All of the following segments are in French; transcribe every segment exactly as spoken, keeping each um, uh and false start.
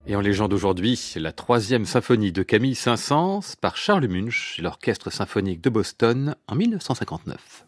Et en légende aujourd'hui, la troisième symphonie de Camille Saint-Saëns par Charles Munch et l'Orchestre symphonique de Boston en mille neuf cent cinquante-neuf.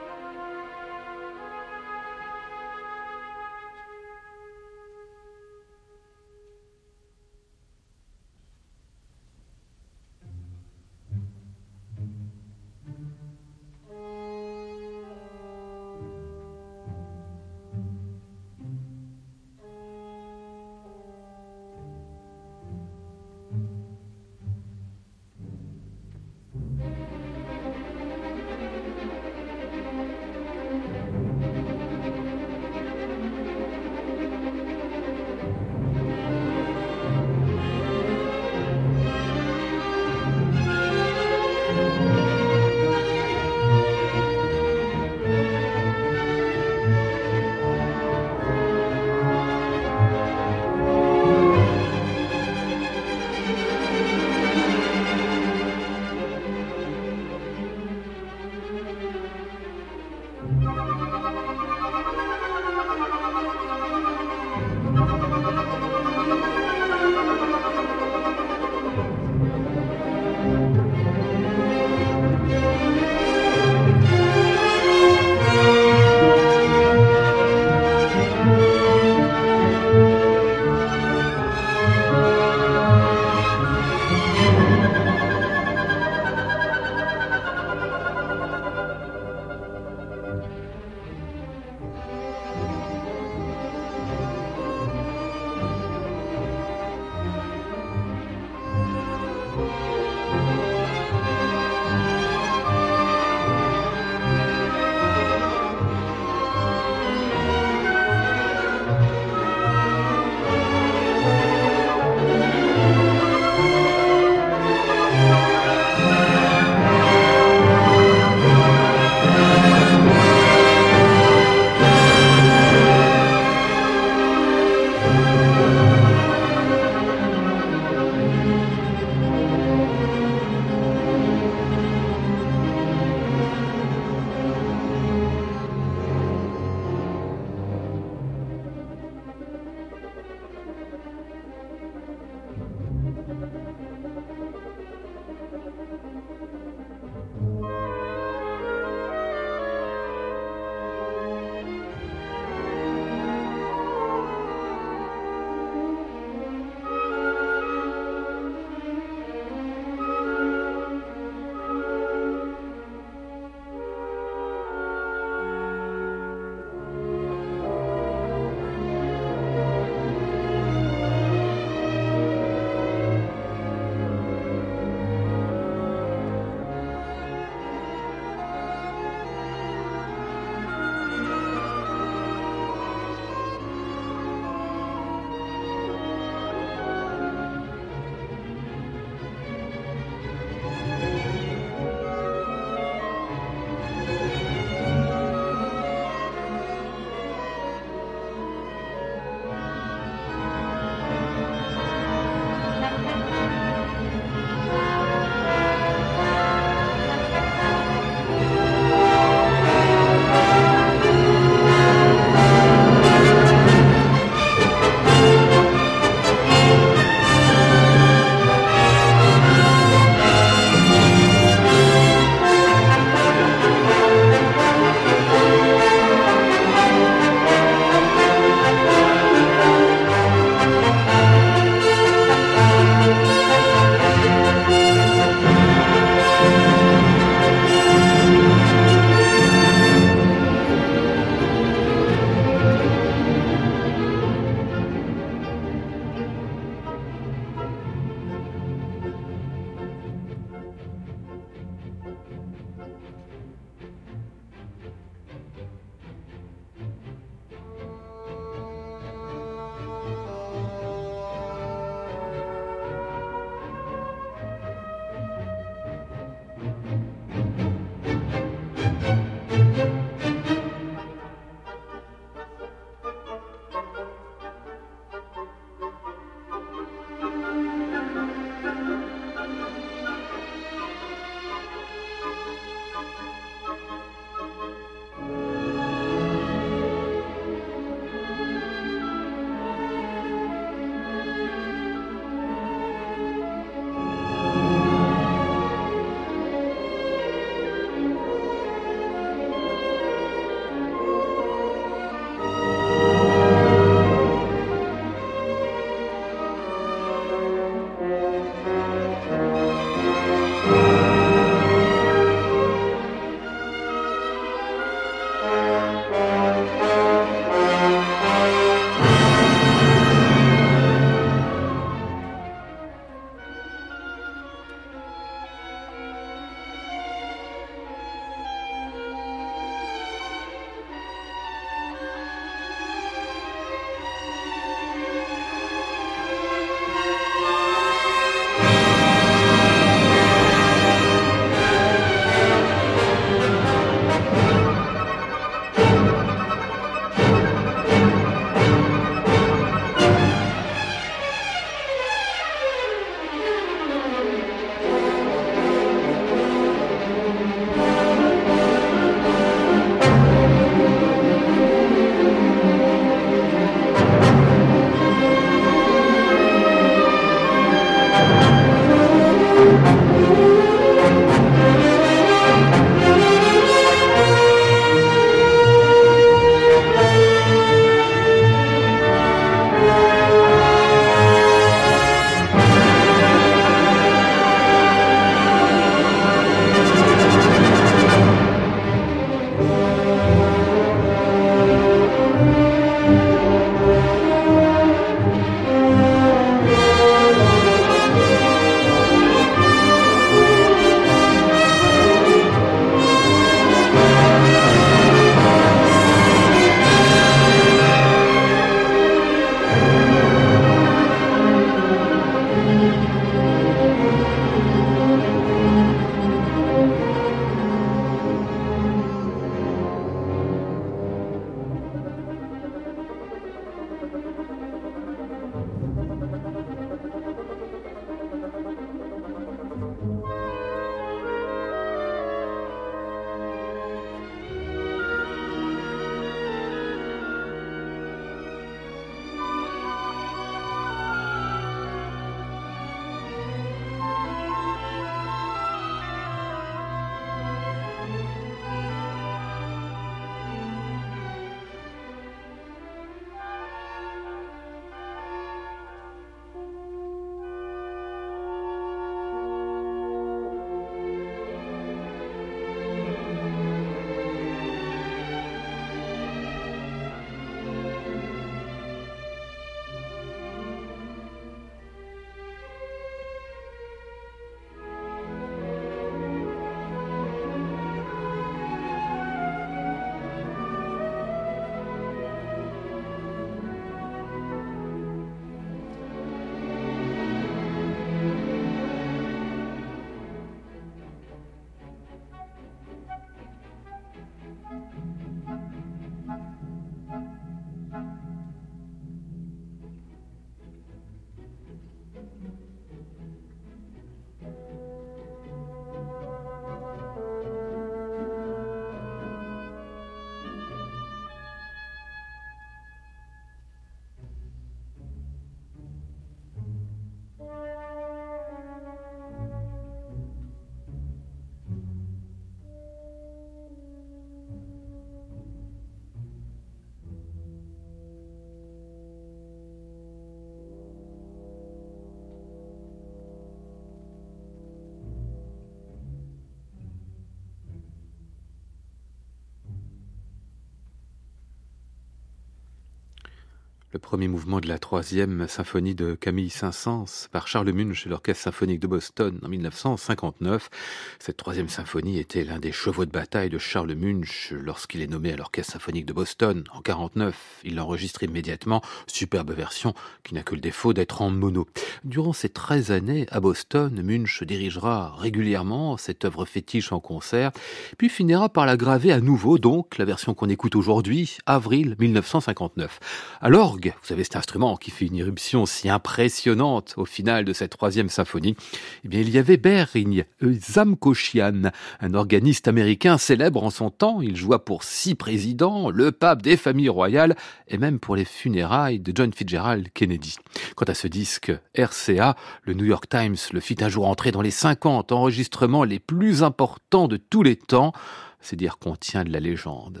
Le premier mouvement de la troisième symphonie de Camille Saint-Saëns par Charles Munch et l'Orchestre symphonique de Boston en mille neuf cent cinquante-neuf. Cette troisième symphonie était l'un des chevaux de bataille de Charles Munch lorsqu'il est nommé à l'Orchestre symphonique de Boston en quarante-neuf. Il l'enregistre immédiatement, superbe version qui n'a que le défaut d'être en mono. Durant ces treize années à Boston, Munch dirigera régulièrement cette œuvre fétiche en concert, puis finira par la graver à nouveau, donc la version qu'on écoute aujourd'hui, avril mille neuf cent cinquante-neuf. Alors, vous savez, cet instrument qui fait une irruption si impressionnante au final de cette troisième symphonie, eh bien, il y avait Bering Zamkoshian, un organiste américain célèbre en son temps. Il joua pour six présidents, le pape, des familles royales et même pour les funérailles de John Fitzgerald Kennedy. Quant à ce disque R C A, le New York Times le fit un jour entrer dans les cinquante enregistrements les plus importants de tous les temps. C'est dire qu'on tient de la légende.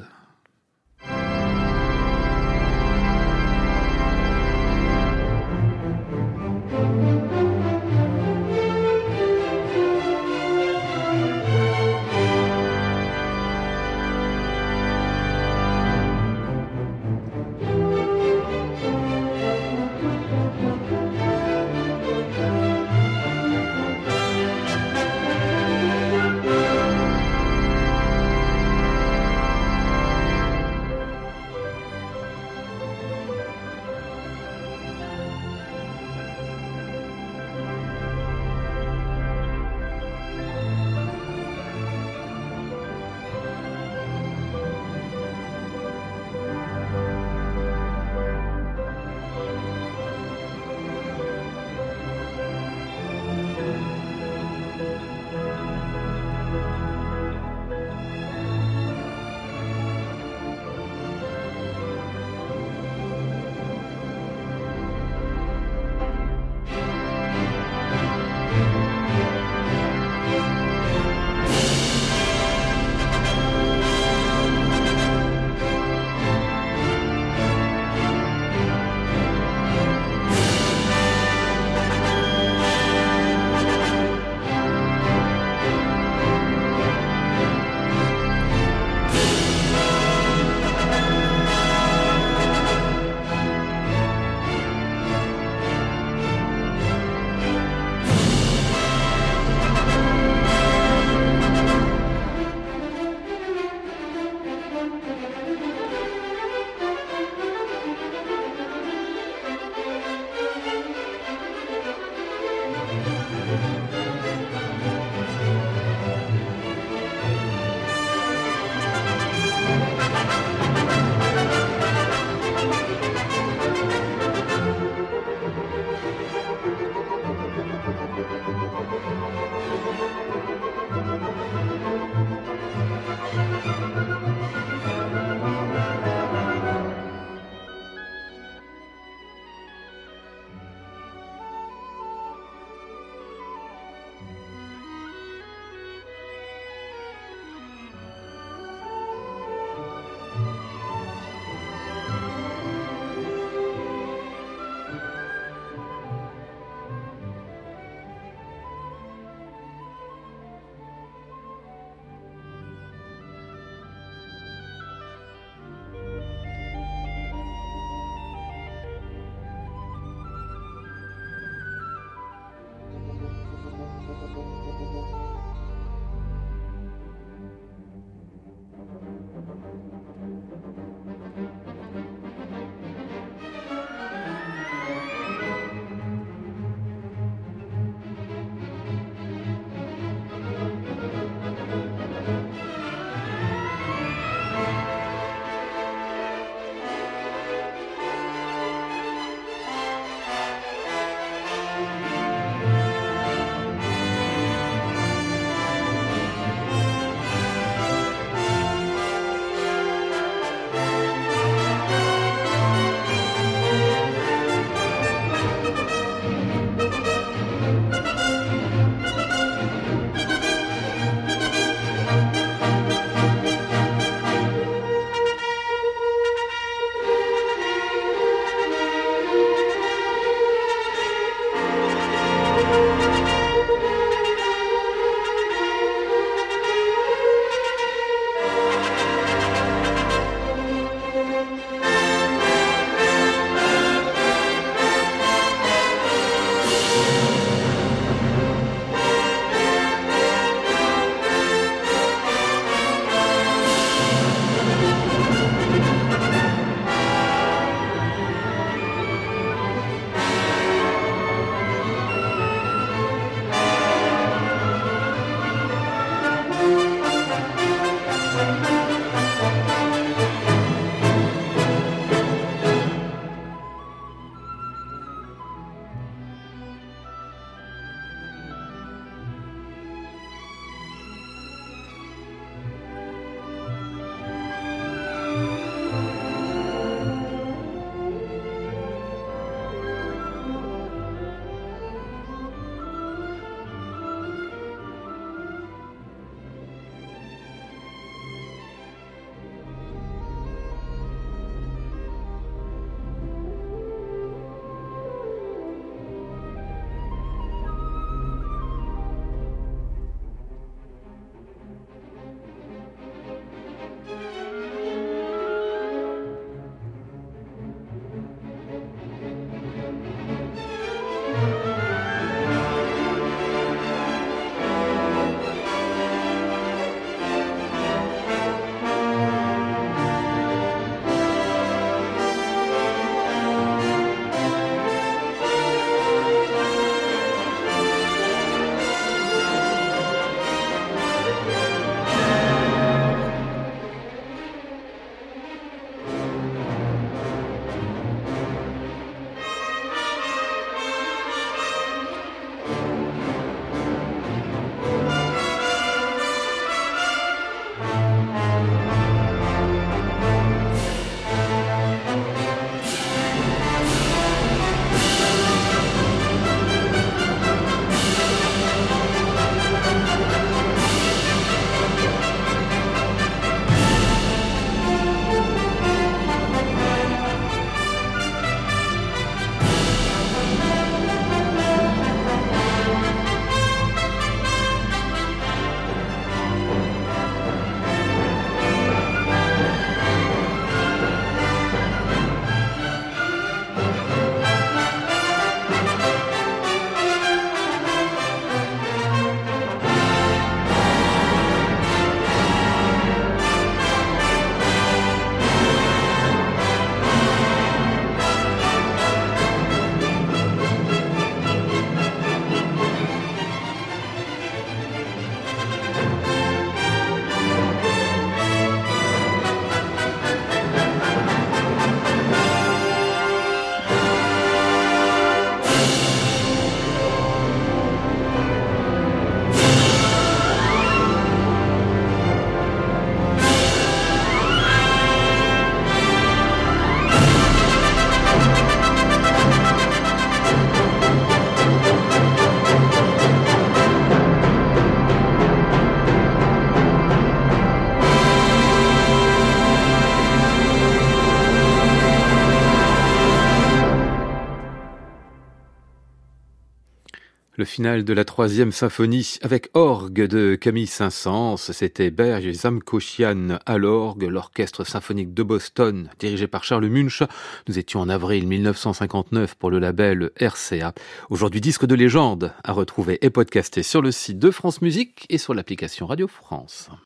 Le final de la troisième symphonie avec orgue de Camille Saint-Saëns, c'était Berj Zamkosyan à l'orgue, l'orchestre symphonique de Boston, dirigé par Charles Munch. Nous étions en avril mille neuf cent cinquante-neuf pour le label R C A. Aujourd'hui, disque de légende à retrouver et podcasté sur le site de France Musique et sur l'application Radio France.